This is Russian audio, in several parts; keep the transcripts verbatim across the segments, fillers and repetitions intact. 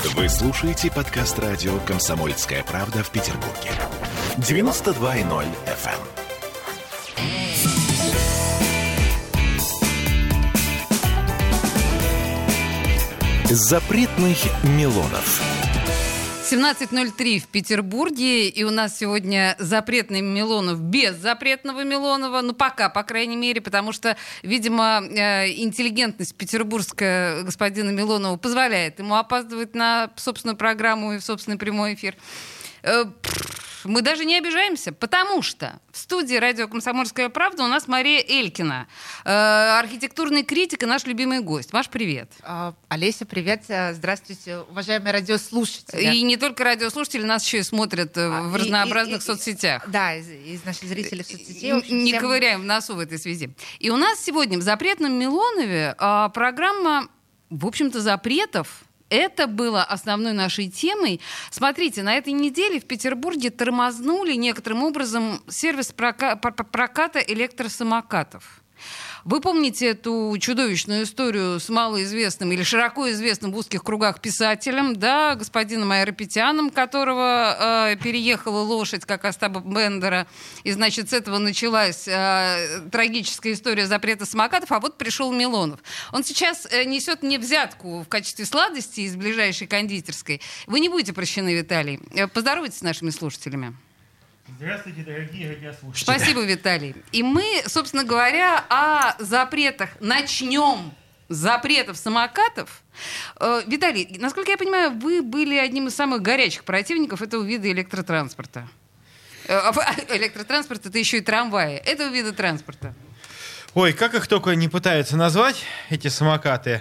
Вы слушаете подкаст радио «Комсомольская правда» в Петербурге. девяносто два и ноль эф эм. Запретных Милонов. семнадцать ноль три в Петербурге, и у нас сегодня запретный Милонов без запретного Милонова, ну пока, по крайней мере, потому что, видимо, интеллигентность петербургская господина Милонова позволяет ему опаздывать на собственную программу и в собственный прямой эфир. Мы даже не обижаемся, потому что в студии радио «Комсомольская правда» у нас Мария Элькина, э, архитектурный критик и наш любимый гость. Маш, привет. А, Олеся, привет. Здравствуйте, уважаемые радиослушатели. И не только радиослушатели, нас еще и смотрят а, в разнообразных и, и, соцсетях. Да, из, из наших зрителей в соцсети. В общем, не всем... ковыряем в носу в этой связи. И у нас сегодня в запретном Милонове а, программа, в общем-то, запретов. Это было основной нашей темой. Смотрите, на этой неделе в Петербурге тормознули некоторым образом сервис прока- проката электросамокатов. Вы помните эту чудовищную историю с малоизвестным или широко известным в узких кругах писателем, да, господином Айрапетяном, которого э, переехала лошадь, как Остапа Бендера, и, значит, с этого началась э, трагическая история запрета самокатов, а вот пришел Милонов. Он сейчас э, несет мне взятку в качестве сладости из ближайшей кондитерской. Вы не будете прощены, Виталий. Поздоровайтесь с нашими слушателями. Здравствуйте, дорогие радиослушатели. Спасибо, Виталий. И мы, собственно говоря, о запретах начнем. С запретов самокатов. Э, Виталий, насколько я понимаю, вы были одним из самых горячих противников этого вида электротранспорта. Э, электротранспорт — это еще и трамваи. Этого вида транспорта. Ой, как их только не пытаются назвать, эти самокаты.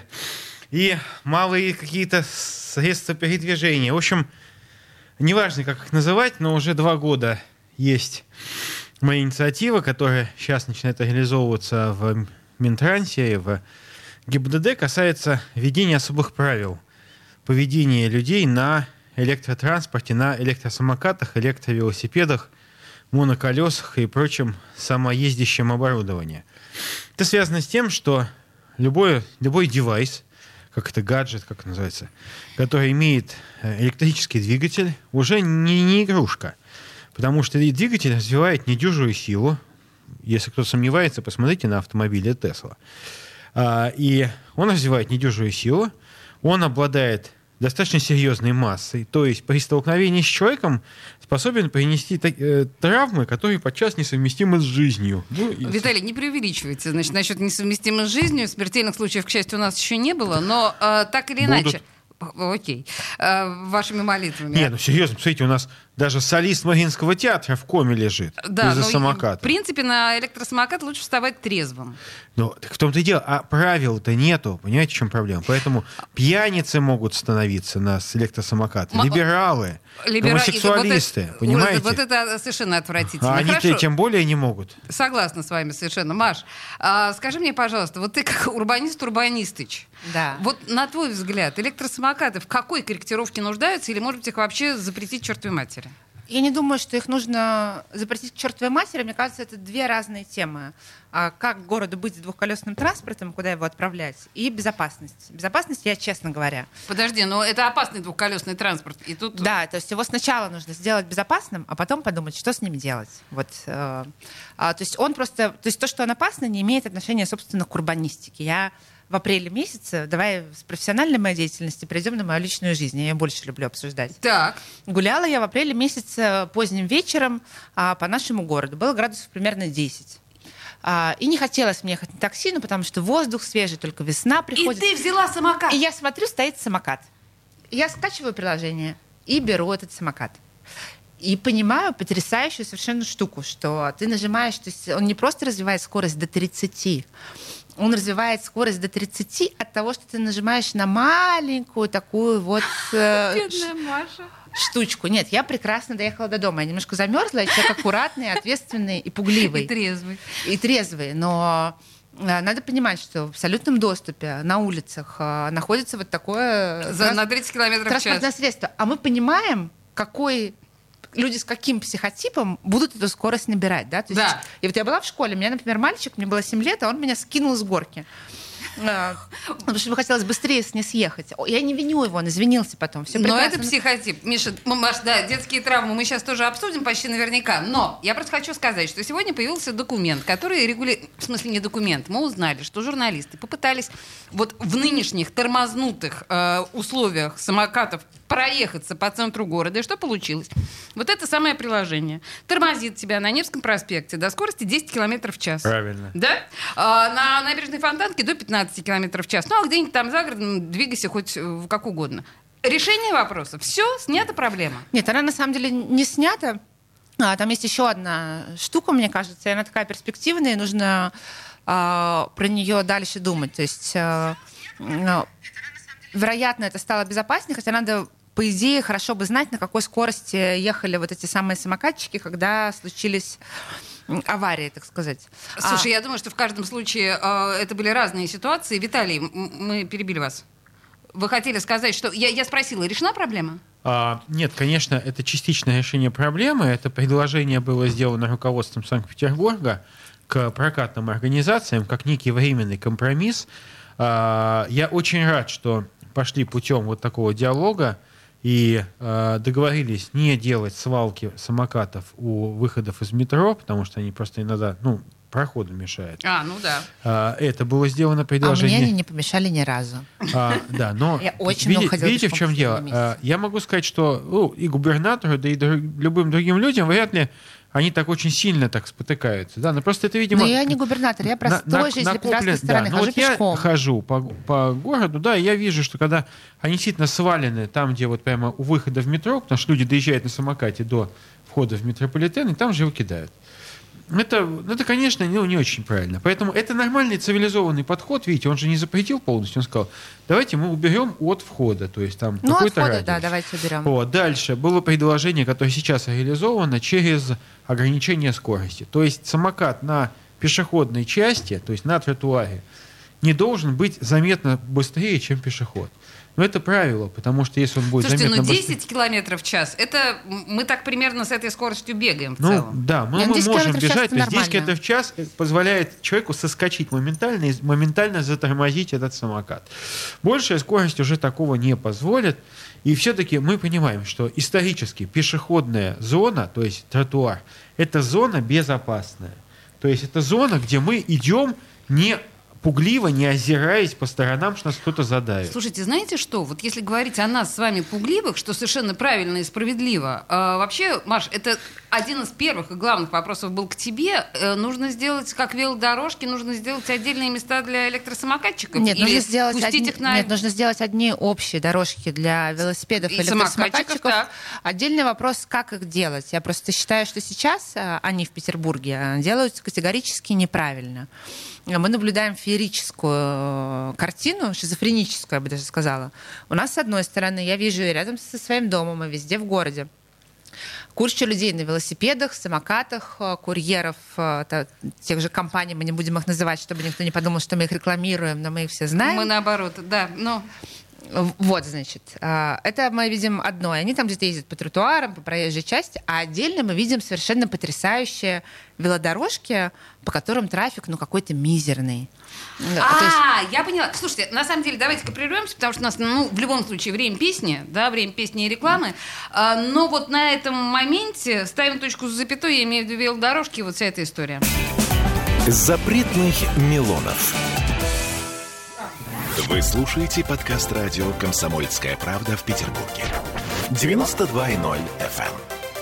И малые какие-то средства передвижения. В общем, неважно, как их называть, но уже два года есть моя инициатива, которая сейчас начинает реализовываться в Минтрансе и в ГИБДД, касается введения особых правил поведения людей на электротранспорте, на электросамокатах, электровелосипедах, моноколесах и прочем самоездящем оборудовании. Это связано с тем, что любой, любой девайс, как это гаджет, как это называется, который имеет электрический двигатель, уже не, не игрушка. Потому что двигатель развивает недюжую силу. Если кто сомневается, посмотрите на автомобиле Tesla. И он развивает недюжую силу, он обладает достаточно серьезной массой, то есть при столкновении с человеком способен принести та- травмы, которые подчас несовместимы с жизнью. Ну, и... Виталий, не преувеличивайте. Значит, насчет несовместимы с жизнью, смертельных случаев, к счастью, у нас еще не было, но э, так или Будут. иначе... Окей. Э, вашими молитвами. Не, ну серьезно, посмотрите, у нас даже солист Мариинского театра в коме лежит да, из-за самоката. В принципе, на электросамокат лучше вставать трезвым. Ну, так в том-то и дело. А правил-то нету. Понимаете, в чем проблема? Поэтому пьяницы могут становиться на электросамокаты. М- Либералы, Либера... гомосексуалисты. Вот понимаете? Вот это совершенно отвратительно. А они-то тем более не могут. Согласна с вами совершенно. Маш, а, скажи мне, пожалуйста, вот ты как урбанист-урбанистыч. Да. Вот на твой взгляд, электросамокаты в какой корректировке нуждаются? Или, может быть, их вообще запретить к чертовой матери? Я не думаю, что их нужно запретить к чертовой матери. Мне кажется, это две разные темы. А как городу быть с двухколесным транспортом, куда его отправлять, и безопасность. Безопасность, я честно говоря. Подожди, но это опасный двухколесный транспорт. И тут... Да, то есть его сначала нужно сделать безопасным, а потом подумать, что с ним делать. Вот, э, а, то есть он просто, то есть то, что он опасный, не имеет отношения, собственно, к урбанистике. Я в апреле месяце, давай с профессиональной моей деятельности перейдем на мою личную жизнь. Я ее больше люблю обсуждать. Так. Гуляла я в апреле месяце поздним вечером а, по нашему городу. Было градусов примерно десять. А, и не хотелось мне ехать на такси, ну, потому что воздух свежий, только весна приходит. И ты взяла самокат. И я смотрю, стоит самокат. Я скачиваю приложение и беру этот самокат. И понимаю потрясающую совершенно штуку, что ты нажимаешь, то есть он не просто развивает скорость до тридцати, он развивает скорость до тридцати от того, что ты нажимаешь на маленькую такую вот э, Бедная Маша. штучку. Нет, я прекрасно доехала до дома. Я немножко замерзла, я человек аккуратный, ответственный и пугливый. И трезвый. И трезвый, но надо понимать, что в абсолютном доступе на улицах находится вот такое За, транс... на тридцать километров в час. Транспортное средство. А мы понимаем, какой... люди с каким психотипом будут эту скорость набирать, да? То есть, да. И вот я была в школе, у меня, например, мальчик, мне было семь лет, а он меня скинул с горки. Потому что ему хотелось быстрее с ней съехать. Я не виню его, он извинился потом. Все но это психотип. Миша, Маш, да, детские травмы мы сейчас тоже обсудим почти наверняка. Но я просто хочу сказать, что сегодня появился документ, который регулирует... В смысле, не документ. Мы узнали, что журналисты попытались вот в нынешних тормознутых э, условиях самокатов проехаться по центру города. И что получилось? Вот это самое приложение. Тормозит тебя на Невском проспекте до скорости десять километров в час. Правильно. Да? А на набережной Фонтанке до пятнадцать километров в час. Ну, а где-нибудь там за городом двигайся хоть как угодно. Решение вопроса. Все, снята проблема. Нет, она на самом деле не снята. А, там есть еще одна штука, мне кажется, и она такая перспективная, и нужно а, про нее дальше думать. То есть, а, а, вероятно, это стало безопаснее, хотя надо, по идее, хорошо бы знать, на какой скорости ехали вот эти самые самокатчики, когда случились аварии, так сказать. Слушай, а... я думаю, что в каждом случае э, это были разные ситуации. Виталий, мы перебили вас. Вы хотели сказать, что... Я, я спросила, решена проблема? А, нет, конечно, это частичное решение проблемы. Это предложение было сделано руководством Санкт-Петербурга к прокатным организациям как некий временный компромисс. А, я очень рад, что пошли путем вот такого диалога и э, договорились не делать свалки самокатов у выходов из метро, потому что они просто иногда, ну, проходу мешают. А, ну да. А, это было сделано предложение... А мне они не помешали ни разу. А, да, но я очень видите, хотела видите, в чем дело? А, я могу сказать, что ну, и губернатору, да и друг, любым другим людям вряд ли они так очень сильно так спотыкаются. Да, но просто это, видимо... Но я не губернатор, я простой житель прекрасной страны, да, хожу вот пешком. Я хожу по, по городу, да, и я вижу, что когда они действительно свалены там, где вот прямо у выхода в метро, потому что люди доезжают на самокате до входа в метрополитен, и там же его кидают. Это, это, конечно, ну, не очень правильно. Поэтому это нормальный цивилизованный подход. Видите, он же не запретил полностью. Он сказал, давайте мы уберем от входа. То есть там ну, какой-то от входа, радиус. Да, давайте уберем. Вот. Дальше было предложение, которое сейчас реализовано через ограничение скорости. То есть самокат на пешеходной части, то есть на тротуаре, не должен быть заметно быстрее, чем пешеход. Но это правило, потому что если он будет Слушайте, заметно ну десять быстрее... километров в час, это мы так примерно с этой скоростью бегаем в ну, целом. Да, мы, мы можем бежать, то есть десять километров километров в час позволяет человеку соскочить моментально и моментально затормозить этот самокат. Большая скорость уже такого не позволит. И все-таки мы понимаем, что исторически пешеходная зона, то есть тротуар, это зона безопасная. То есть это зона, где мы идем не пугливо, не озираясь по сторонам, что нас кто-то задавит. Слушайте, знаете что? Вот если говорить о нас с вами пугливых, что совершенно правильно и справедливо, э, вообще, Маш, это один из первых и главных вопросов был к тебе. Э, нужно сделать, как велодорожки, нужно сделать отдельные места для электросамокатчиков? Нет, Или нужно сделать пустить одни, их на... нет, нужно сделать одни общие дорожки для велосипедов и, и электросамокатчиков. да. Отдельный вопрос, как их делать. Я просто считаю, что сейчас а, они в Петербурге делаются категорически неправильно. Мы наблюдаем феерическую картину, шизофреническую, я бы даже сказала. У нас, с одной стороны, я вижу рядом со своим домом и везде в городе кучу людей на велосипедах, самокатах, курьеров, тех же компаний, мы не будем их называть, чтобы никто не подумал, что мы их рекламируем, но мы их все знаем. Мы наоборот, да, но... Вот, значит, это мы видим одно. Они там где-то ездят по тротуарам, по проезжей части, а отдельно мы видим совершенно потрясающие велодорожки, по которым трафик, ну, какой-то мизерный. А, есть... я поняла. Слушайте, на самом деле, давайте-ка прервемся, потому что у нас, ну, в любом случае, время песни, да, время песни и рекламы. А, но вот на этом моменте ставим точку с запятой, я имею в виду велодорожки, вот вся эта история. Запретных Милонов. Вы слушаете подкаст радио «Комсомольская правда» в Петербурге. девяносто два и ноль эф эм.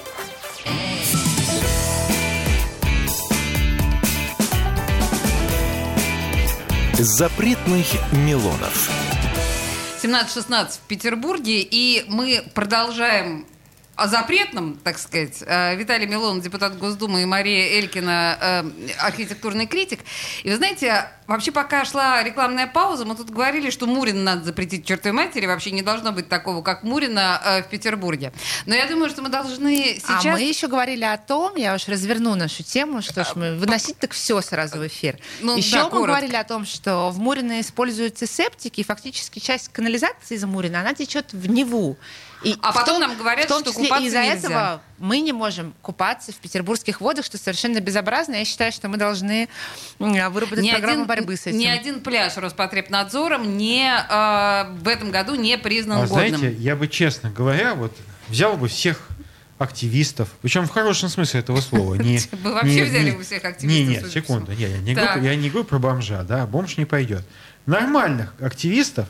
Запретных Милонов. семнадцать шестнадцать в Петербурге, и мы продолжаем о запретном, так сказать. Виталий Милонов, депутат Госдумы, и Мария Элькина, архитектурный критик. И вы знаете, вообще пока шла рекламная пауза, мы тут говорили, что Мурина надо запретить чертовой матери, вообще не должно быть такого, как Мурина в Петербурге. Но я думаю, что мы должны сейчас... А мы еще говорили о том, я уж разверну нашу тему, что ж мы выносить так все сразу в эфир. Ну, еще да, мы коротко. говорили о том, что в Мурино используются септики, и фактически часть канализации из Мурина, она течет в Неву. И а потом том, нам говорят, в том что числе купаться из-за нельзя. этого мы не можем купаться в петербургских водах, что совершенно безобразно. Я считаю, что мы должны выработать ни программу один, борьбы с этим. Ни один пляж Роспотребнадзором не, э, в этом году не признан а годным. Знаете, я бы, честно говоря, вот взял бы всех активистов, причем в хорошем смысле этого слова. Не, Вы вообще не, взяли не, бы всех активистов? Не, нет, секунду, не, я, не Так. говорю, я не говорю про бомжа, да, бомж не пойдет. Нормальных активистов,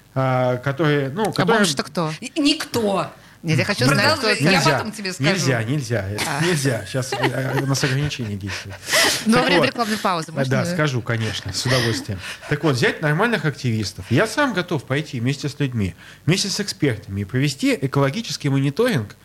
а, которые, ну, которые... А бомж-то кто? Никто. Нет, я хочу Продолжай, знать, кто это. я Нельзя, потом тебе скажу. нельзя, нельзя, это нельзя. Сейчас у нас ограничения действуют. Но Так во время вот. рекламной паузы можно... Да, скажу, конечно, с удовольствием. Так вот, взять нормальных активистов. Я сам готов пойти вместе с людьми, вместе с экспертами и провести экологический мониторинг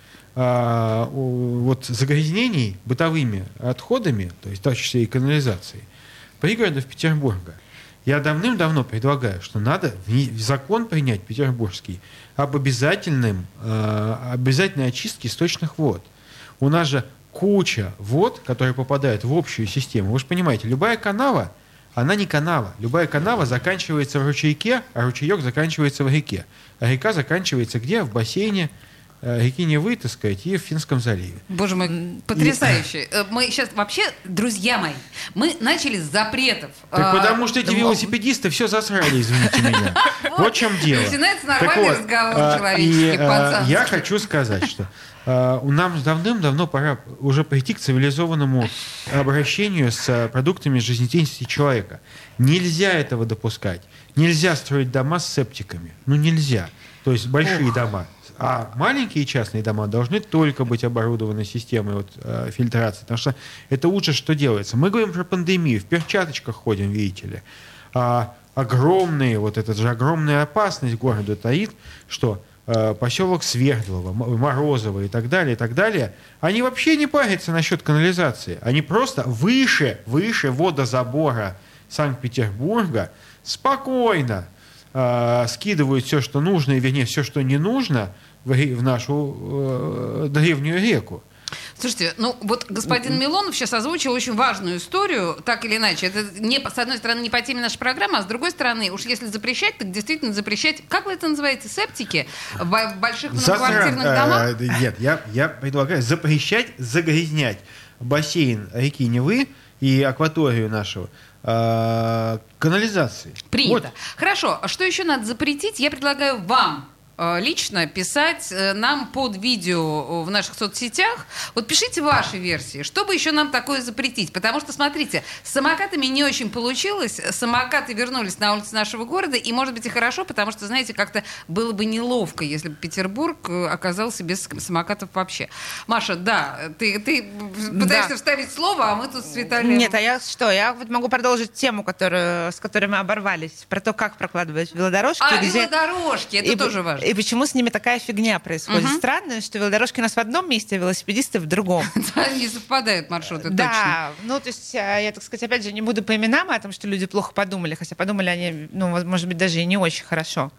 а, вот, загрязнений бытовыми отходами, то есть в том числе и канализацией, пригородов Петербурга. Я давным-давно предлагаю, что надо в закон принять петербургский об обязательном, э, обязательной очистке сточных вод. У нас же куча вод, которые попадают в общую систему. Вы же понимаете, любая канава, она не канава. Любая канава заканчивается в ручейке, а ручеек заканчивается в реке. А река заканчивается где? В бассейне. Реки Невы, так сказать, и в Финском заливе. Боже мой, потрясающе. Мы сейчас вообще, друзья мои, мы начали с запретов. Так А, потому что эти ну, велосипедисты все засрали, извините меня. Вот в чем дело. Начинается Так нормальный вот, разговор а, человеческий, и, а, пацанский. Я хочу сказать, что а, у нам давным-давно пора уже прийти к цивилизованному обращению с а, продуктами жизнедеятельности человека. Нельзя этого допускать. Нельзя строить дома с септиками. Ну нельзя. То есть большие Ох. дома. А маленькие частные дома должны только быть оборудованы системой вот, э, фильтрации, потому что это лучше, что делается. Мы говорим про пандемию, в перчаточках ходим, видите ли. А огромные, вот эта же огромная опасность города таит, что э, поселок Свердлово, Морозово и так далее, и так далее, они вообще не парятся насчет канализации. Они просто выше, выше водозабора Санкт-Петербурга спокойно э, скидывают все, что нужно, и, вернее, все, что не нужно, в, в нашу э, древнюю реку. Слушайте, ну вот господин Милонов сейчас озвучил очень важную историю, так или иначе. Это не, с одной стороны не по теме нашей программы, а с другой стороны, уж если запрещать, так действительно запрещать, как вы это называете, септики в больших многоквартирных Засран, домах? Э, нет, я, я предлагаю запрещать загрязнять бассейн реки Невы и акваторию нашего э, канализацией. Принято. Вот. Хорошо, а что еще надо запретить? Я предлагаю вам э, лично писать э, нам под видео в наших соцсетях. Вот пишите ваши версии. Что бы еще нам такое запретить? Потому что, смотрите, с самокатами не очень получилось. Самокаты вернулись на улицы нашего города. И, может быть, и хорошо, потому что, знаете, как-то было бы неловко, если бы Петербург э, оказался без самокатов вообще. Маша, да, ты, ты пытаешься Да. вставить слово, а мы тут с Виталием... Нет, а я что? Я вот могу продолжить тему, которую, с которой мы оборвались, про то, как прокладывать велодорожки. А, где- велодорожки, это и, тоже важно. И почему с ними такая фигня происходит. Мгм. Странно, что велодорожки у нас в одном месте, а велосипедисты в другом. Да, не совпадают маршруты, точно. Да, ну, то есть, а, я, так сказать, опять же, не буду по именам, о том, что люди плохо подумали, хотя подумали они, ну, вот, может быть, даже и не очень хорошо.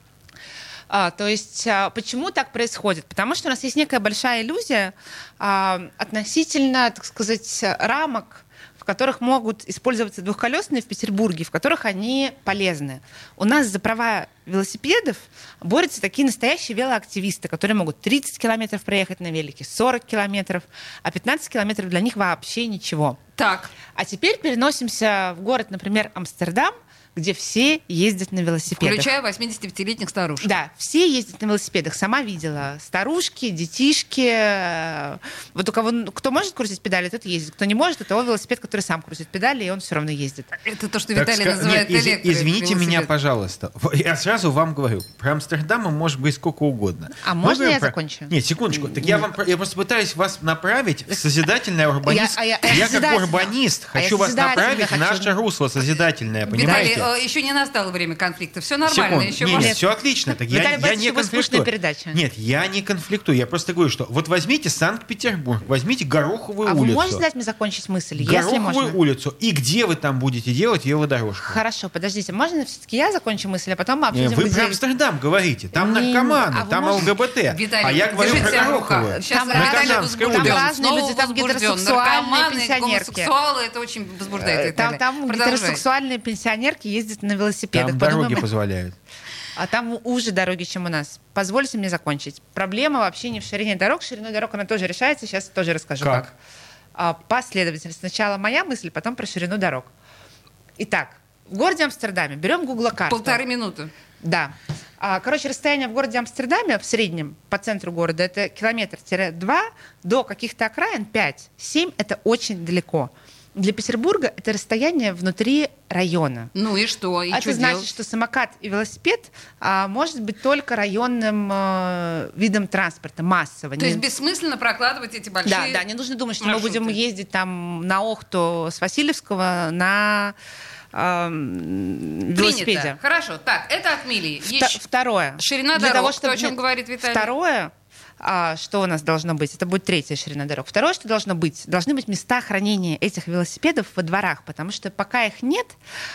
А, то есть, а, почему так происходит? Потому что у нас есть некая большая иллюзия а, относительно, так сказать, рамок, в которых могут использоваться двухколесные в Петербурге, в которых они полезны. У нас за права велосипедов борются такие настоящие велоактивисты, которые могут тридцать километров проехать на велике, сорок километров, а пятнадцать километров для них вообще ничего. Так, А теперь переносимся в город, например, Амстердам, где все ездят на велосипедах. включая восьмидесятипятилетних старушек. Да, все ездят на велосипедах. Сама видела. Старушки, детишки. э, Вот у кого, кто может крутить педали, тот ездит. Кто не может, у того велосипед, который сам крутит педали, и он все равно ездит. Это то, что Так Виталий ска- называет Нет, из- электро- извините меня, велосипед. пожалуйста. Я сразу вам говорю, про Амстердам может быть сколько угодно. А Мы можно говорим я про- закончу? Нет, секундочку. Так я, вам, про- я просто пытаюсь вас направить в созидательное урбанист. Я- а я- Я, я как созидательно. урбанист А я хочу вас созидательно направить в хочу. наше русло созидательное, Виталий, понимаете? э, еще не настало время конфликта. Все нормально. Секунду. Еще Нет, можно- нет, все отлично. Так я, Виталий я Борисович, не у вас скучная конфликтую. передача. Нет, я не конфликтую. Я просто говорю, что вот возьмите Санкт-Петербург, возьмите Гороховую А вы улицу. можете дать мне закончить мысль, если Гороховую можно? улицу. И где вы там будете делать велодорожку? Хорошо, подождите, можно все-таки я закончу мысль, а потом мы Не, обсудим, Вы где... про Амстердам говорите. Там Не, наркоманы, а вы там можете- ЛГБТ. Виталий, а я говорю держите про себя в руках. Гороховую. Сейчас Там Виталий разные- возбужден. там разные Снова люди, там возбужден. гетеросексуальные Наркоманы, пенсионерки. гомосексуалы, это очень возбуждает Э, Там, Виталия. там Продолжай. гетеросексуальные пенсионерки ездят на велосипедах. Там Подумаем, дороги позволяют. А там уже дороги, чем у нас. Позвольте мне закончить. Проблема вообще не в ширине дорог. Шириной дорог она тоже решается. Сейчас тоже расскажу, как. как. А, последовательно. Сначала моя мысль, потом про ширину дорог. Итак, в городе Амстердаме берем Гугла-карту. Полторы минуты. Да. А, короче, расстояние в городе Амстердаме в среднем по центру города это километр-два, до каких-то окраин пять-семь. Это очень далеко. Для Петербурга это расстояние внутри района. Ну и что? И это что значит, делать? что самокат и велосипед а, может быть только районным а, видом транспорта, массово. То есть бессмысленно прокладывать эти большие Да, да, не нужно думать, что маршруты. мы будем ездить там на Охту с Васильевского на э, велосипеде. Принято. Хорошо. Так, это отмели. Вто- Еще... Второе. Ширина Для дорог. того, Что, чтобы... о чем говорит Виталий? Второе, а, что у нас должно быть, это будет третья ширина дорог. Второе, что должно быть, должны быть места хранения этих велосипедов во дворах, потому что пока их нет,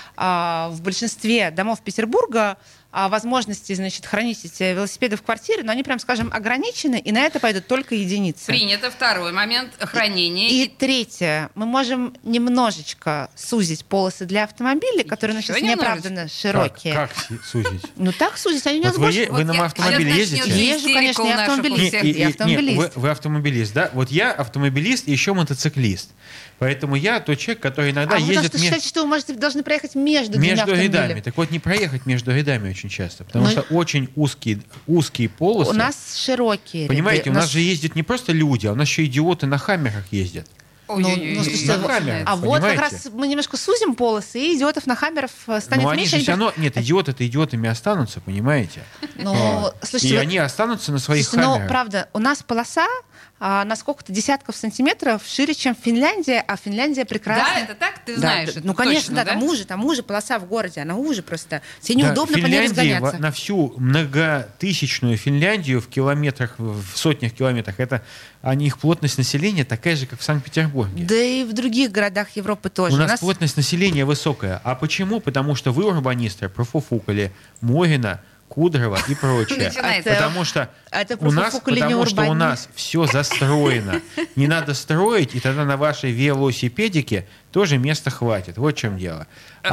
а, в большинстве домов Петербурга а, возможности, значит, хранить эти велосипеды в квартире, но они, прям скажем, ограничены, и на это пойдут только единицы. Принято. Второй момент хранения. И, и третье, мы можем немножечко сузить полосы для автомобилей, которые у нас Еще сейчас неоправданно широкие. Как, как сузить? Ну так сузить, они у нас Вот вы, больше... е- вы на я- автомобиле а я ездите? начнёт Езжу, конечно, истерика у я наших автомобилист. у всех. И- и автомобилист. вы, вы автомобилист, да? Вот я автомобилист и еще мотоциклист. Поэтому я тот человек, который иногда А вы ездит что, ме- считаете, что вы можете, должны проехать между двумя между автомобилями? рядами. Так вот, не проехать между рядами очень часто, потому Ну, что очень узкие, узкие полосы. У нас широкие ряды. Понимаете, у нас нас же ездят не просто люди, а у нас еще идиоты на хаммерах ездят. Ну, Ой-ой-ой. ну, слушайте, на вот- камеру, а вот как понимаете? раз мы немножко сузим полосы, и идиотов на хаммеров э, станет Но они меньше. же они все просто- равно... Нет, идиоты-то идиотами останутся, понимаете? Ну, Вот. слушайте, И вы- они останутся на своих Слушайте, но хаммерах. правда, у нас полоса а, на сколько-то десятков сантиметров шире, чем Финляндия, а Финляндия прекрасна. Да, это так? Ты Да, знаешь да, это ну, конечно, точно, да, там уже, там уже полоса в городе, она уже просто. Тебе Да, неудобно по ней Финляндии, разгоняться. во- на всю многотысячную Финляндию в километрах, в сотнях километрах, это они, их плотность населения такая же, как в Санкт-Петербурге. Да и в других городах Европы тоже. У нас, плотность населения высокая. А почему? Потому что вы, урбанисты, профуфукали Морина, Кудрова и прочее. Начинается. Потому что Это у нас, профуфукали не потому что у урбани- нас все застроено. Не надо строить, и тогда на вашей велосипедике тоже места хватит. Вот в чем дело.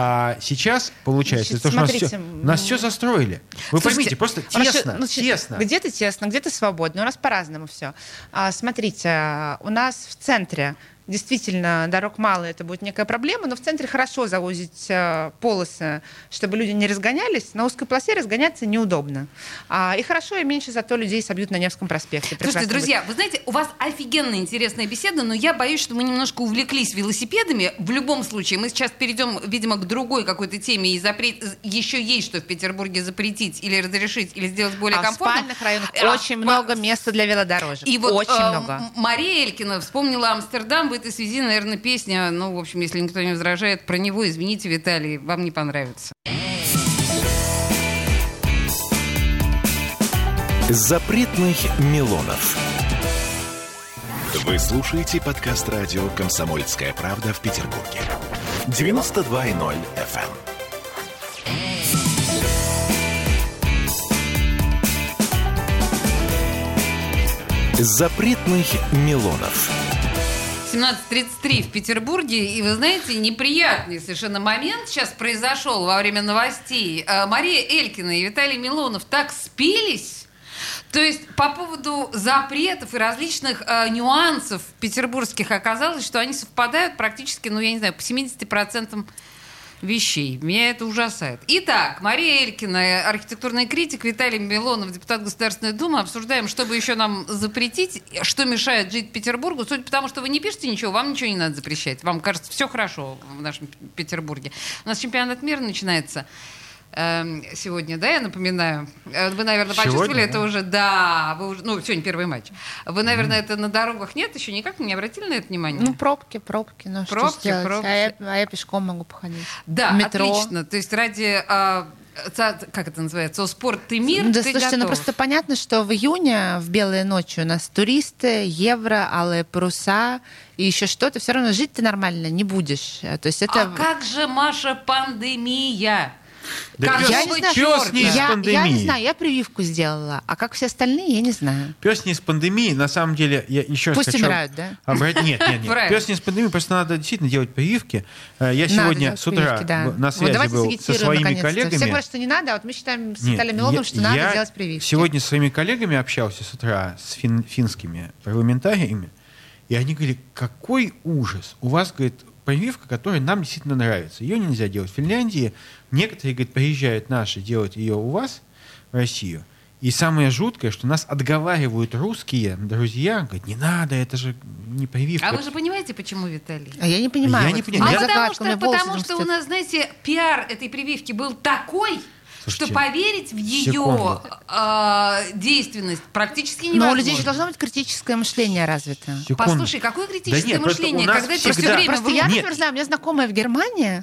А сейчас получается, Значит, то, что у нас, смотрите, все, нас все застроили. Вы Слушайте, поймите, просто хорошо, тесно, ну, значит, тесно. Где-то тесно, где-то свободно. У нас по-разному все. А, смотрите, а, у нас в центре действительно дорог мало, это будет некая проблема, но в центре хорошо завозить э, полосы, чтобы люди не разгонялись. На узкой полосе разгоняться неудобно. А, и хорошо, и меньше зато людей собьют на Невском проспекте. Слушайте, Прекрасно друзья, вы знаете, у вас офигенно интересная беседа, но я боюсь, что мы немножко увлеклись велосипедами. В любом случае, мы сейчас перейдем, видимо, к другой какой-то теме, и запрет... еще есть что в Петербурге запретить или разрешить, или сделать более а комфортно. в спальных районах А, очень в- много места для велодорожек. И вот очень э, много. М- Мария Элькина вспомнила Амстердам. В этой связи, наверное, песня, ну, в общем, если никто не возражает, про него, извините, Виталий, вам не понравится. Запретных Милонов. Вы слушаете подкаст радио «Комсомольская правда» в Петербурге. девяносто два и ноль эф эм. Запретных Милонов. семнадцать тридцать три в Петербурге, и вы знаете, неприятный совершенно момент сейчас произошел во время новостей. Э, Мария Элькина и Виталий Милонов так спелись. То есть по поводу запретов и различных э, нюансов петербургских оказалось, что они совпадают практически, ну я не знаю, по семидесяти процентам вещей. Меня это ужасает. Итак, Мария Элькина, архитектурный критик, Виталий Милонов, депутат Государственной Думы. Обсуждаем, что бы еще нам запретить, что мешает жить Петербургу. Судя по тому, что вы не пишете ничего, вам ничего не надо запрещать. Вам кажется, все хорошо в нашем Петербурге. У нас чемпионат мира начинается э, сегодня, да, я напоминаю. Э, Вы, наверное, Сегодня, почувствовали да? это уже. Да, вы уже, ну, сегодня первый матч. Вы, наверное, это на дорогах нет еще никак не обратили на это внимание? Ну, пробки, пробки, ну Пробки, что сделать? пробки. А, я, а я пешком могу походить. Да, В метро. отлично. То есть ради, а, ца- как это называется, «О спорт и мир» Да, ты слушайте, ну готов. просто понятно, что в июне, в белые ночи, у нас туристы, евро, алые паруса и еще что-то. Все равно жить ты нормально не будешь. То есть это... А как же, Маша, пандемия? Да Какого Я не знаю, пес не из я, пандемии. я не знаю, я прививку сделала, а как все остальные, я не знаю. Пес не из пандемии, на самом деле, я еще раз Пусть хочу... умирают, да? Обрать... Нет, нет, нет. Правильно. Пес не из пандемии, просто надо действительно делать прививки. Я Надо сегодня делать с утра прививки, да. на связи Вот давайте был со сагитируем, своими наконец-то. коллегами. Все говорят, что не надо, а вот мы считаем с Нет, Виталием Милоновым, я- что надо я делать прививки. Сегодня с своими коллегами общался с утра, с фин- финскими парламентариями, и они говорили, какой ужас. У вас, говорит, прививка, которая нам действительно нравится. Ее нельзя делать в Финляндии. Некоторые, говорит, приезжают наши делать ее у вас, в Россию. И самое жуткое, что нас отговаривают русские друзья, говорят, не надо, это же не прививка. А вы же понимаете, почему, Виталий? А я не понимаю. Я не вот понимаю. А Я- потому загадка, у что, меня волосы потому там что у стоят. нас, знаете, пиар этой прививки был такой, Слушайте, что поверить в ее секунду. э, действенность практически невозможно. Но у людей же должно быть критическое мышление развито. Секунду. Послушай, какое критическое нет, просто мышление, у нас когда тебе всегда- все время Просто врут. я, Нет. например, знаю, у меня знакомая в Германии,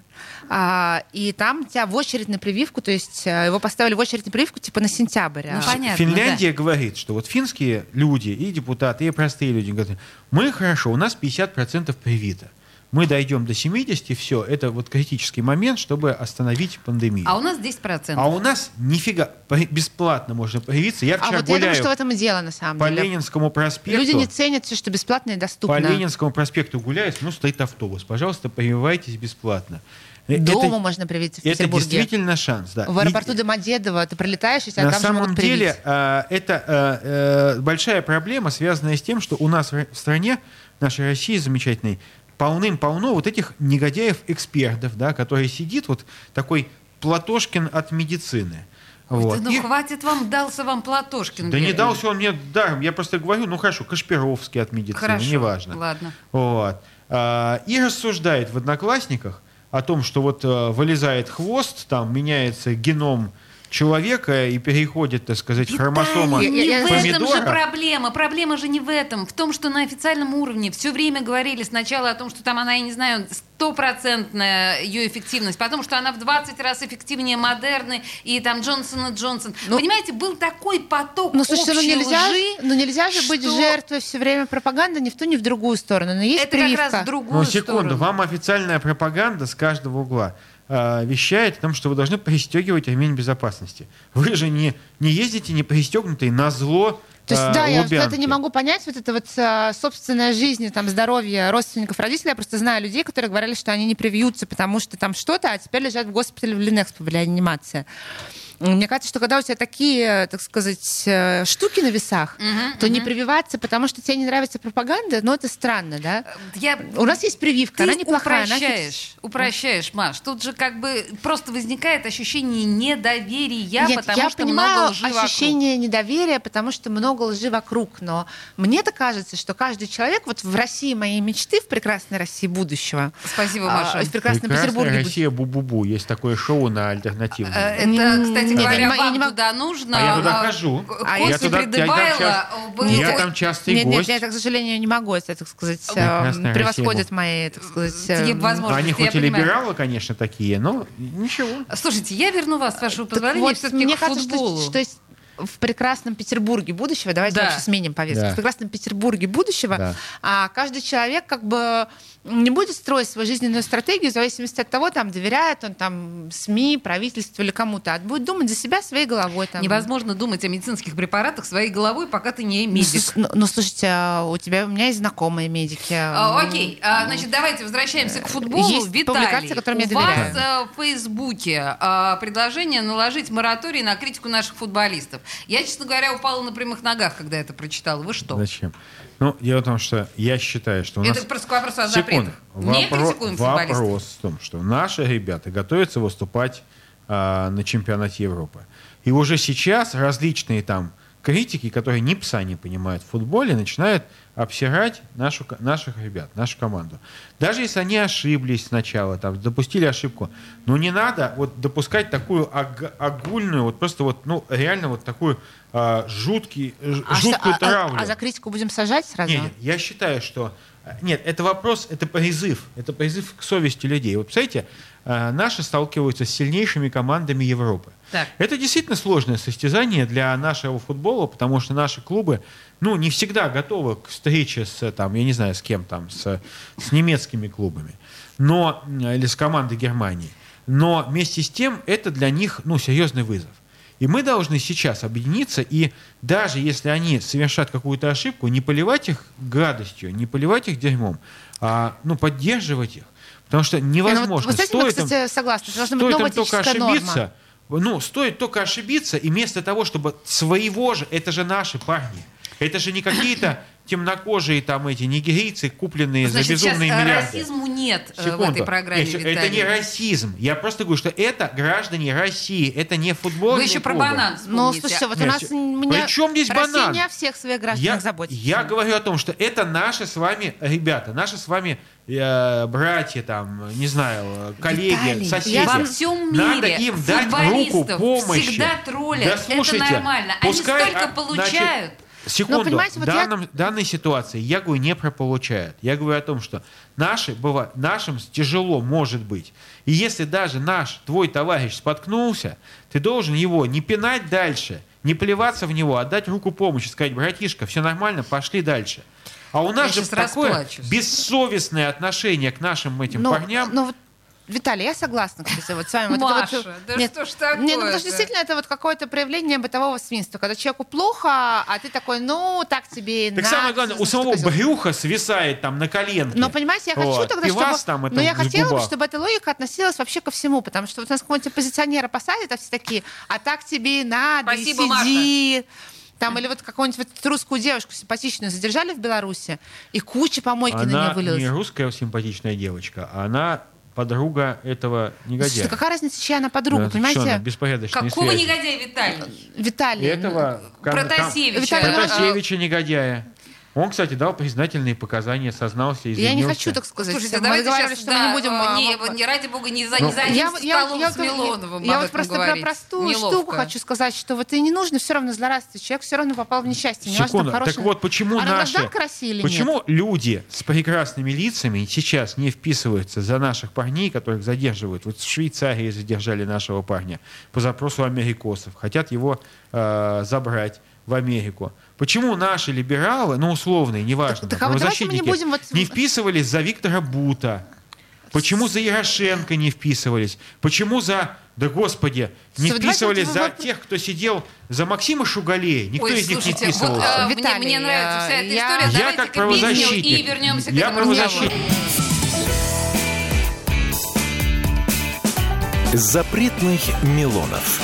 а, и там тебя в очередь на прививку, то есть а, его поставили в очередь на прививку типа на сентябрь. Ну, а. понятно. Финляндия говорит, что вот финские люди и депутаты, и простые люди говорят, мы хорошо, у нас пятьдесят процентов привито. Мы дойдем до семидесяти, все, это вот критический момент, чтобы остановить пандемию. А у нас десять процентов. А у нас нифига, при- бесплатно можно привиться. Я А вчера вот я думаю, гуляю что в этом и дело на самом по деле. Ленинскому проспекту. Люди не ценят все, что бесплатно и По доступно. Ленинскому проспекту гуляю, ну, стоит автобус. Пожалуйста, прививайтесь бесплатно. Э, Дома это, можно привиться в это Петербурге. действительно шанс, да. В аэропорту И- Домодедово ты прилетаешь, и тебя На там же самом могут привить. деле э, это э, э, большая проблема, связанная с тем, что у нас в стране, в нашей России замечательной, полным-полно вот этих негодяев-экспертов, да, которые сидит вот такой Платошкин от медицины. Вот. Да ну И- хватит вам, дался вам Платошкин. да не бедный. дался он мне даром, я просто говорю, ну хорошо, Кашпировский от медицины, Хорошо, неважно. ладно. Вот. А, и рассуждает в «Одноклассниках» о том, что вот э, вылезает хвост, там меняется геном человека и переходит, так сказать, хромосома Виталий, не Я- в я- этом же помидора. проблема. Проблема же не в этом. В том, что на официальном уровне все время говорили сначала о том, что там она, я не знаю, стопроцентная ее эффективность, потому что она в двадцать раз эффективнее Модерны и там Джонсон и Джонсон. Ну, Понимаете, был такой поток Ну, слушайте, ну общей нельзя, лжи. ну нельзя же быть что- жертвой все время пропаганды ни в ту, ни в другую сторону. Но есть Это прививка. как раз в другую Ну, секунду, сторону. вам официальная пропаганда с каждого угла э, вещает о том, что вы должны пристегивать ремень безопасности. Вы же не, не ездите не пристегнутый на зло. То есть, э, да, я вот Лубянки. это не могу понять, вот это вот а, собственная жизнь, там, здоровье родственников, родителей. Я просто знаю людей, которые говорили, что они не привьются, потому что там что-то, а теперь лежат в госпитале в Линэкспо в реанимации. Мне кажется, что когда у тебя такие, так сказать, э, штуки на весах, Мгм, то не мгм. прививаться, потому что тебе не нравится пропаганда, но это странно, да? Я... У нас есть прививка, Ты она неплохая. она упрощаешь, упрощаешь, Маш. Тут же как бы просто возникает ощущение недоверия, Нет, потому я что понимаю много лжи вокруг. ощущение недоверия, потому что много лжи вокруг. Но мне-то кажется, что каждый человек вот в России моей мечты, в прекрасной России будущего, Спасибо, а, Маша. и в прекрасном Прекрасная Петербурге. Россия Бу-Бу-Бу. Есть такое шоу на альтернативном. Э, Это, М, кстати нет, говоря, я не могу- я вам не могу- туда нужно. А я туда а, хожу. к- А Костя я туда- я там Придыбайло, часто- вы- я ой, там частый Нет, нет, гость. я, так, к сожалению, не могу, это, так сказать, э, Прекрасная превосходит Россия. мои, так сказать, Тебе э, возможно. Они я хоть и понимаю. либералы, конечно, такие, но ничего. Слушайте, я верну вас, с вашего Так позволения, вот, все-таки мне к кажется, футболу. что, что есть в прекрасном Петербурге будущего, давайте Да. вообще сменим повестку, Да. в прекрасном Петербурге будущего, Да. а каждый человек как бы не будет строить свою жизненную стратегию в зависимости от того, там, доверяет он там СМИ, правительству или кому-то, а будет думать за себя своей головой. Там. Невозможно думать о медицинских препаратах своей головой, пока ты не Ну, медик. с- Ну, ну, слушайте, а у тебя, у меня есть знакомые медики. А, окей, а, значит, давайте возвращаемся к футболу. Есть Виталий, публикации, которым я у доверяю. вас э, в Фейсбуке а, предложение наложить мораторий на критику наших футболистов. Я, честно говоря, упала на прямых ногах, когда это прочитала. Вы что? Зачем? Ну, дело в том, что я считаю, что у нас... Это просто к вопросу о Секунду. запретах. Не Вопро- критикуем футболистов. Вопрос в том, что наши ребята готовятся выступать а, на чемпионате Европы. И уже сейчас различные там критики, которые ни пса не понимают в футболе, начинают обсирать нашу, ко- наших ребят, нашу команду. Даже если они ошиблись сначала, там, допустили ошибку, но не надо вот допускать такую ог- огульную, вот просто вот, ну, реально вот такую а, жуткий, ж- А, жуткую что- а- травлю. а- а за критику будем сажать сразу? Нет, нет, я считаю, что... Нет, это вопрос, это призыв. Это призыв к совести людей. Вот, представляете, э, наши сталкиваются с сильнейшими командами Европы. Так. Это действительно сложное состязание для нашего футбола, потому что наши клубы, ну, не всегда готовы к встрече с, там, я не знаю, с кем там, с, с немецкими клубами, но, или с командой Германии. Но вместе с тем это для них, ну, серьезный вызов. И мы должны сейчас объединиться, и даже если они совершат какую-то ошибку, не поливать их гадостью, не поливать их дерьмом, а, ну, поддерживать их. Потому что невозможно. Ну, вот, вот стоит мы, кстати, им, согласны. стоит им только ошибиться, норма. Ну, стоит только ошибиться, и вместо того, чтобы своего же, это же наши парни, это же не какие-то темнокожие там эти нигерийцы, купленные Значит, за безумные сейчас миллиарды. Расизму нет Секунду. в этой программе, Нет, Виталий. это не расизм. Я просто говорю, что это граждане России, это не футбольные Вы еще клубы. про банан вспомните. Ну, слушайте, вот у нас... При чем здесь банан? Россия не о всех своих гражданах я, заботится. Я говорю о том, что это наши с вами ребята, наши с вами э, братья, там, не знаю, коллеги, Виталий, соседи. Во всем мире Надо им дать руку помощи. Всегда троллят. Да, слушайте, это нормально. пускай, Они столько а, получают. Значит, секунду, Но, в вот данном, я... данной ситуации я говорю не про получают. Я говорю о том, что наши, бывает, нашим тяжело может быть. И если даже наш, твой товарищ споткнулся, ты должен его не пинать дальше, не плеваться в него, а дать руку помощи, сказать: братишка, все нормально, пошли дальше. А у нас я же такое расплачусь. бессовестное отношение к нашим этим но, парням. Но вот, Виталий, я согласна, кстати, вот с вами. Маша, вот, да нет, что ж такое? Нет, ну, потому что действительно это вот какое-то проявление бытового свинства, когда человеку плохо, а ты такой, ну, так тебе и Так надо. самое главное, у самого брюха свисает там на коленке. Но, понимаете, я хочу вот. тогда, Пивас чтобы... там это Но я в хотела бы, губах. чтобы эта логика относилась вообще ко всему, потому что вот у нас какого-нибудь оппозиционера посадят, а все такие, а так тебе и надо, Спасибо, и сиди. Там, или вот какую-нибудь вот русскую девушку симпатичную задержали в Беларуси, и куча помойки она на нее вылилась. не русская симпатичная девочка, а она подруга этого негодяя. Слушайте, какая разница, чья она подруга, Да, понимаете? что она, беспорядочные Какого связи. негодяя, Виталий? Виталий. Этого Протасевича. Виталий, Протасевича негодяя. Он, кстати, дал признательные показания, сознался, извинился. Я не хочу, так сказать. Слушайте, мы давайте договаривались, сейчас, что мы да, не будем... не, а, не, ради бога, не за, Ну, не за одним я, столом я, с я, Милоновым я об вот этом просто говорить. про простую Неловко. штуку хочу сказать, что вот и не нужно все равно злорадствовать. Человек все равно попал в несчастье. Не Секунду. важно, там хороший... Так вот, почему а наши... гражданка России или Почему нет? люди с прекрасными лицами сейчас не вписываются за наших парней, которых задерживают? Вот в Швейцарии задержали нашего парня по запросу америкосов. Хотят его э, забрать в Америку. Почему наши либералы, ну условные, неважно, Так, так, а вот давайте мы не правозащитники, будем вот- не вписывались за Виктора Бута? Почему за Ярошенко не вписывались? Почему за, да господи, не Слушайте, вписывались давайте за вот- тех, кто сидел за Максима Шугалея? Никто Ой, из них слушайте, не вот, вписывался. а, мне, Виталий, мне нравится вся эта я- история. Я Давайте как к песню правозащитник. и вернемся к Я этому разговору. правозащитник. Запретных Милонов.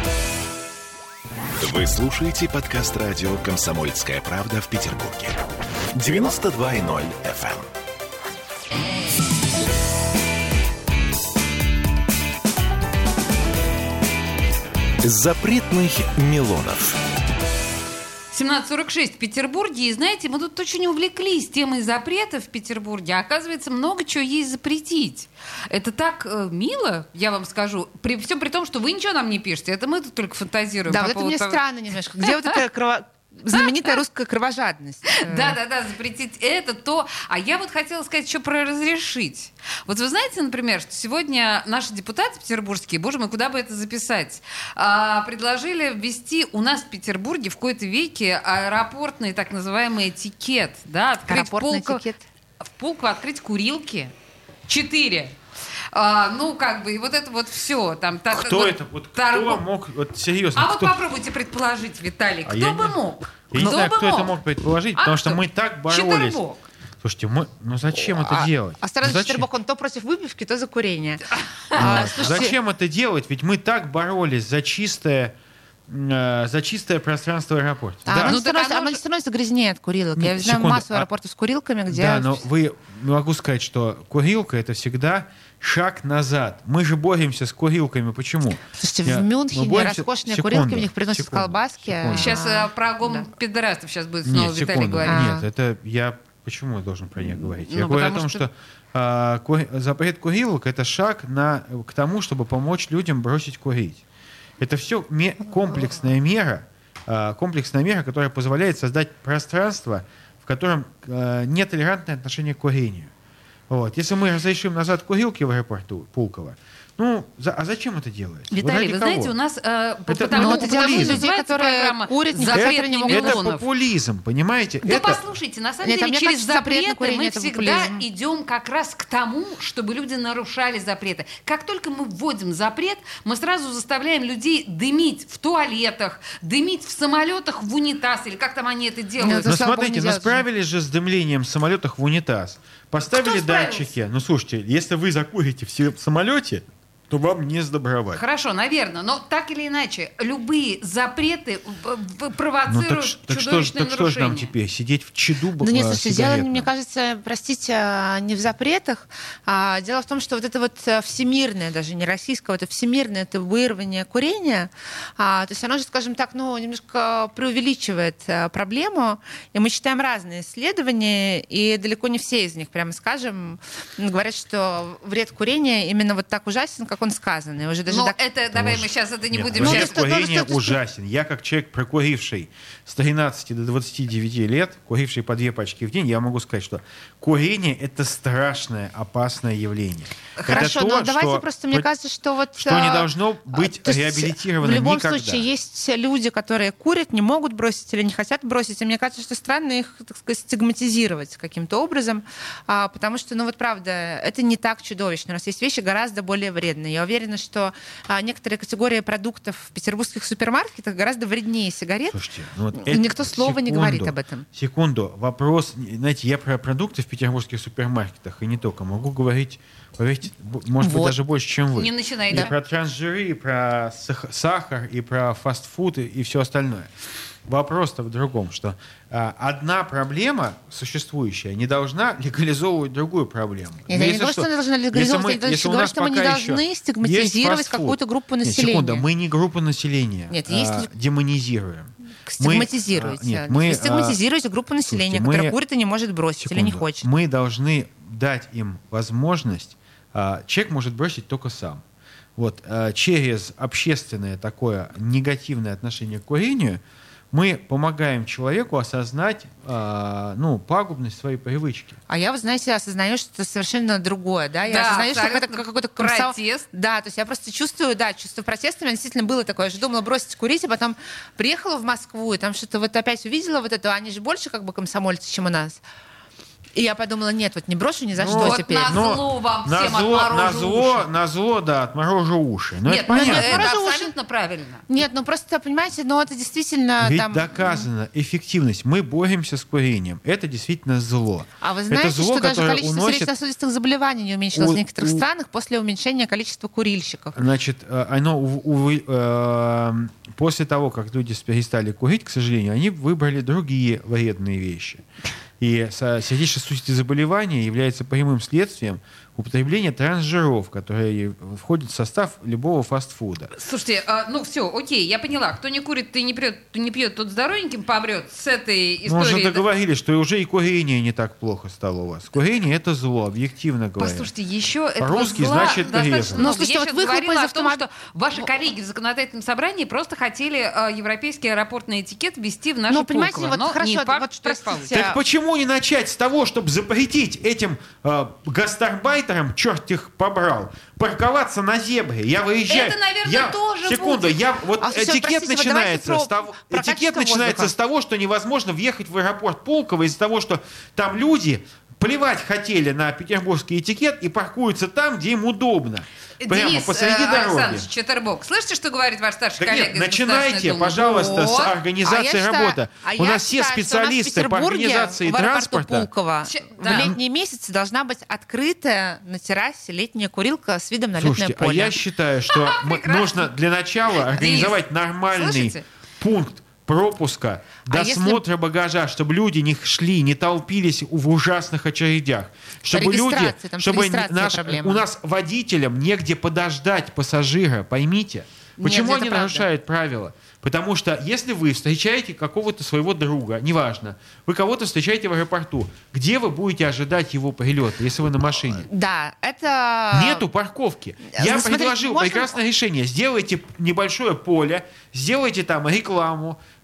Вы слушаете подкаст радио «Комсомольская правда» в Петербурге. девяносто два и ноль эф эм. Запретных Милонов. семнадцать сорок шесть в Петербурге. И знаете, мы тут очень увлеклись темой запретов в Петербурге. А оказывается, много чего есть запретить. Это так э, мило, я вам скажу. При всем при том, что вы ничего нам не пишете. Это мы тут только фантазируем. Да, по вот это поводу мне того- странно немножко. Где вот эта крово- знаменитая русская кровожадность? Да, да, да, запретить это, то. А я вот хотела сказать еще про разрешить. Вот вы знаете, например, что сегодня наши депутаты петербургские, боже мой, куда бы это записать, а, предложили ввести у нас в Петербурге в кои-то веке аэропортный так называемый этикет. Да, открыть Аэропортный полку, этикет. в полку открыть курилки. Четыре. А, ну, как бы, и вот это вот все. Там, та- Кто вот это? Вот торго- кто мог, вот серьезно, А вот кто? попробуйте предположить, Виталий, А кто я бы не- мог? Я не Кто знаю, бы кто мог? это мог предположить, А потому что кто? мы так боролись. Четвербок. Слушайте, мы, ну зачем это А- делать? Осторожно, Ну зачем? Четвербок, он то против выпивки, то за курение. Ну, А, слушайте, Зачем это делать? Ведь мы так боролись за чистое, э, за чистое пространство аэропорта. а Да. оно Ну, не так становится- оно оно не же- становится грязнее от курилок. Я Нет, знаю секунду, массу а- аэропортов с курилками, где... Да, но вы могу сказать, что курилка это всегда шаг назад. Мы же боремся с курилками. Почему? Слушайте, Я- в мы Мюнхене боремся- роскошные секунду, курилки, в них приносят секунду, колбаски. секунду. Сейчас А, э, про гом да. пидорастов сейчас будет снова Нет, Виталий секунду. говорить. А. Нет, это я почему я должен про них говорить? Я Ну, говорю о потому том, что- что, а, ку- запрет курилок это шаг на, к тому, чтобы помочь людям бросить курить. Это все ме- комплексная мера, а, комплексная мера, которая позволяет создать пространство, в котором а, нетолерантное отношение к курению. Вот. Если мы разрешим назад курилки в аэропорту Пулково, Ну, за, а зачем это делается? Виталий, вот вы кого? знаете, у нас э, это, потому, ну, это потому называется людей, которые программа курят, «Запрет не миллионов». Это популизм, понимаете? Да это... послушайте, на самом Нет, а деле мне через кажется, запрет на запреты курение мы это всегда популизм. идем как раз к тому, чтобы люди нарушали запреты. Как только мы вводим запрет, мы сразу заставляем людей дымить в туалетах, дымить в самолетах в унитаз, или как там они это делают. Это, Ну, слава богу, смотрите, не ну делать справились же с дымлением в самолетах в унитаз. Поставили Кто справился? датчики. Ну, слушайте, если вы закурите в се- в самолете, то вам не сдобровать. Хорошо, наверное, но так или иначе, любые запреты в- в- провоцируют Ну, так, ш- так, что, ж- чудовищное так что же нам нарушение. теперь? Сидеть в чаду Да нет, а, слушайте, дело, сигаретном? мне кажется, простите, а, не в запретах. А дело в том, что вот это вот а, всемирное, даже не российское, это всемирное табуирование курения, а, то есть оно же, скажем так, ну, немножко преувеличивает а, проблему. И мы читаем разные исследования, и далеко не все из них, прямо скажем, говорят, что вред курения именно вот так ужасен, как он сказан. И уже даже Но док- это, давай Боже. мы сейчас это не Нет, будем ну, вред сейчас... что- ну, курения что- что- ужасен. Я как человек, прокуривший с тринадцати до двадцати девяти лет, куривший по две пачки в день, я могу сказать, что курение — это страшное, опасное явление. Хорошо, это то, но давайте что просто, мне про- кажется, что вот... что не а, должно быть то есть реабилитировано в любом никогда. случае есть люди, которые курят, не могут бросить или не хотят бросить, и мне кажется, что странно их, так сказать, стигматизировать каким-то образом, а, потому что, ну вот правда, это не так чудовищно. У нас есть вещи гораздо более вредные. Я уверена, что а, некоторые категории продуктов в петербургских супермаркетах гораздо вреднее сигарет. Слушайте, ну вот Но это- никто слова не секунду, говорит об этом. Секунду. Вопрос, знаете, я про продукты в петербургских супермаркетах и не только могу говорить, поверьте, б- может быть, Вот. даже больше, чем вы. Не начинайте. И про трансжиры, и про сах- сахар, и про фастфуд, и, и все остальное. Вопрос-то в другом, что а, одна проблема существующая не должна легализовывать другую проблему. Нет, я не Если говорю, что она должна если легализовывать, мы- я если у говорю, нас что мы не пока еще должны есть стигматизировать фастфуд. какую-то группу Нет, населения. секунду, мы не группу населения Нет, а, есть- демонизируем. Стигматизируете. Мы, а, нет, мы, Вы стигматизируете группу населения, слушайте, мы- которая курит и не может бросить или не секунду. хочет. Мы должны дать им возможность. а, Человек может бросить только сам. Вот, а, через общественное такое негативное отношение к курению мы помогаем человеку осознать а, ну, пагубность своей привычки. А я, вы знаете, осознаю, что это совершенно другое, да? Я Да, осознаю, что абсолютно это какой-то комсо- протест. Да, то есть я просто чувствую, да, чувство протеста. У меня действительно было такое. Я же думала бросить курить, а потом приехала в Москву, и там что-то вот опять увидела вот это. Они же больше как бы комсомольцы, чем у нас. И я подумала, нет, вот не брошу ни за Ну, что вот теперь. на Но зло вам на всем зло, отморожу на зло, уши. на зло, да, отморожу уши. Но Нет, это ну, понятно. это Отморожу уши. абсолютно правильно. Нет, ну просто, понимаете, ну это действительно Ведь там... доказана эффективность. Мы боремся с курением. Это действительно зло. А вы знаете, это зло, что даже которое количество уносит... сердечно-сосудистых заболеваний не уменьшилось У- в некоторых у- странах после уменьшения количества курильщиков? Значит, э, оно ув- ув- э, после того, как люди перестали курить, к сожалению, они выбрали другие вредные вещи. И со- сердечно-сосудистые заболевания являются прямым следствием употребления трансжиров, которые входят в состав любого фастфуда. Слушайте, а, ну все, окей, я поняла. Кто не курит, ты не пьет, кто не пьет, тот здоровеньким помрет. С этой Мы уже историей. договорились, что уже и курение не так плохо стало у вас. Курение — это зло, объективно говоря. Послушайте, еще этого По-русски зла значит достаточно врезано. много. Ну, слушайте, Я вот сейчас выхлопы говорила из о том, автомата- что ваши коллеги в законодательном собрании просто хотели э, европейский аэропортный этикет ввести в наше Ну, понимаете, Пулково. вот Но хорошо, не факт, вот что это простите, получится. Так почему не начать с того, чтобы запретить этим э, гастарбайтерам, черт их побрал, парковаться на зебре? Я выезжаю. Это, наверное, я, тоже секунду, будет. я вот А, слушайте, этикет простите, вот начинается давайте с того, про- про этикет качество начинается воздуха. с того, что невозможно въехать в аэропорт Пулково из-за того, что там люди плевать хотели на петербургский этикет и паркуются там, где им удобно. Прямо Денис посреди э, дороги. Александрович Четербок, слышите, что говорит ваш старший Так коллега? нет, из начинайте, Государственной Думы? пожалуйста, с Вот. организации А я считаю- работы. а У я нас все считаю, что у нас в специалисты по Петербурге, организации в аэропорту транспорта. Пулково Че- в да. летние месяцы должна быть открытая на террасе летняя курилка с видом на летное Слушайте, а поле. я считаю, что м- Прекрасно. нужно для начала организовать нормальный слышите? пункт пропуска, А досмотра багажа, чтобы люди не шли, не толпились в ужасных очередях, чтобы люди, Регистрация, там с чтобы регистрацией наш- проблема. у нас водителям негде подождать пассажира, поймите. Нет, Почему это они правда. нарушают правила? Потому что если вы встречаете какого-то своего друга, неважно, вы кого-то встречаете в аэропорту, где вы будете ожидать его прилета, если вы на машине? Да, это... Нету парковки. э, Я смотрите, предложил можно- прекрасное решение. Сделайте небольшое поле, сделайте там рекламу,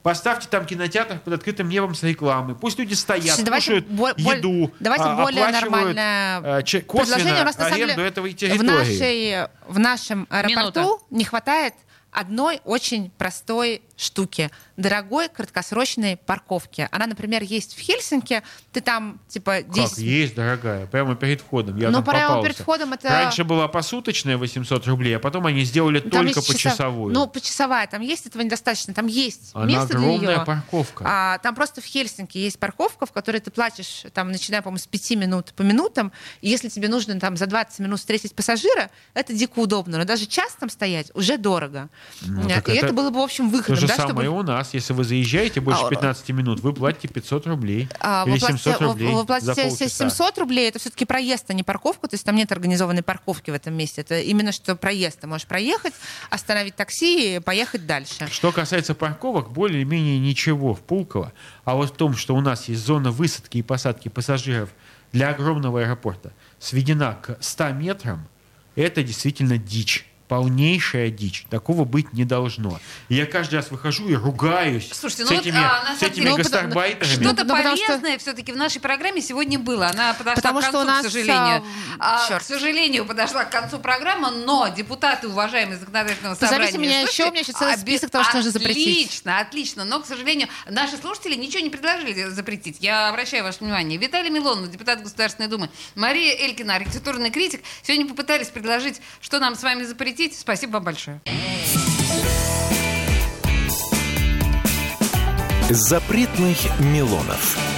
Поставьте там кинотеатр под открытым небом с рекламой. Пусть люди стоят, Слушай, кушают бо- еду, давайте а, более оплачивают нормальное а, че- косвенно предложение. У нас, на самом аренду деле, этой в, территории. нашей, в нашем аэропорту Минута. не хватает одной очень простой штуки. Дорогой краткосрочной парковки. Она, например, есть в Хельсинки. Ты там, типа, десять... Как есть, дорогая, прямо перед входом. Я Ну, там прямо попался. перед входом это... Раньше была посуточная восемьсот рублей, а потом они сделали Там только есть часа- почасовую. Ну, почасовая. Там есть, этого недостаточно. Там есть Она место для огромная нее. парковка. А, там просто в Хельсинки есть парковка, в которой ты платишь, там, начиная, по-моему, с пяти минут по минутам. И если тебе нужно там за двадцать минут встретить пассажира, это дико удобно. Но даже час там стоять уже дорого. Ну, и так это... это было бы, в общем, То выходом. же да, самое чтобы... и у нас. Если вы заезжаете больше А, пятнадцати минут, вы платите пятьсот рублей. А, или вы платите, семьсот рублей вы за платите полчаса. семьсот рублей, это все-таки проезд, а не парковка, то есть там нет организованной парковки в этом месте. Это именно что проезд. Ты можешь проехать, остановить такси и поехать дальше. Что касается парковок, более-менее ничего в Пулково. А вот в том, что у нас есть зона высадки и посадки пассажиров для огромного аэропорта, сведена к ста метрам, это действительно дичь. Полнейшая дичь. Такого быть не должно. И я каждый раз выхожу и ругаюсь Слушайте, с ну этими, вот, а, на с самом этими деле, гастарбайтерами. Что-то Ну, потому что- полезное все-таки в нашей программе сегодня было. Она подошла Потому к что концу, у нас, к сожалению. а, А, чёрт. к сожалению, подошла к концу программа, но депутаты, уважаемые законодательного собрания... Позовите меня слушайте, еще, у меня еще целый оби- список того, что нужно запретить. Отлично, отлично. Но, к сожалению, наши слушатели ничего не предложили запретить. Я обращаю ваше внимание. Виталий Милонов, депутат Государственной Думы, Мария Элькина, архитектурный критик, сегодня попытались предложить, что нам с вами запретить. Спасибо вам большое. Запретных Милонов.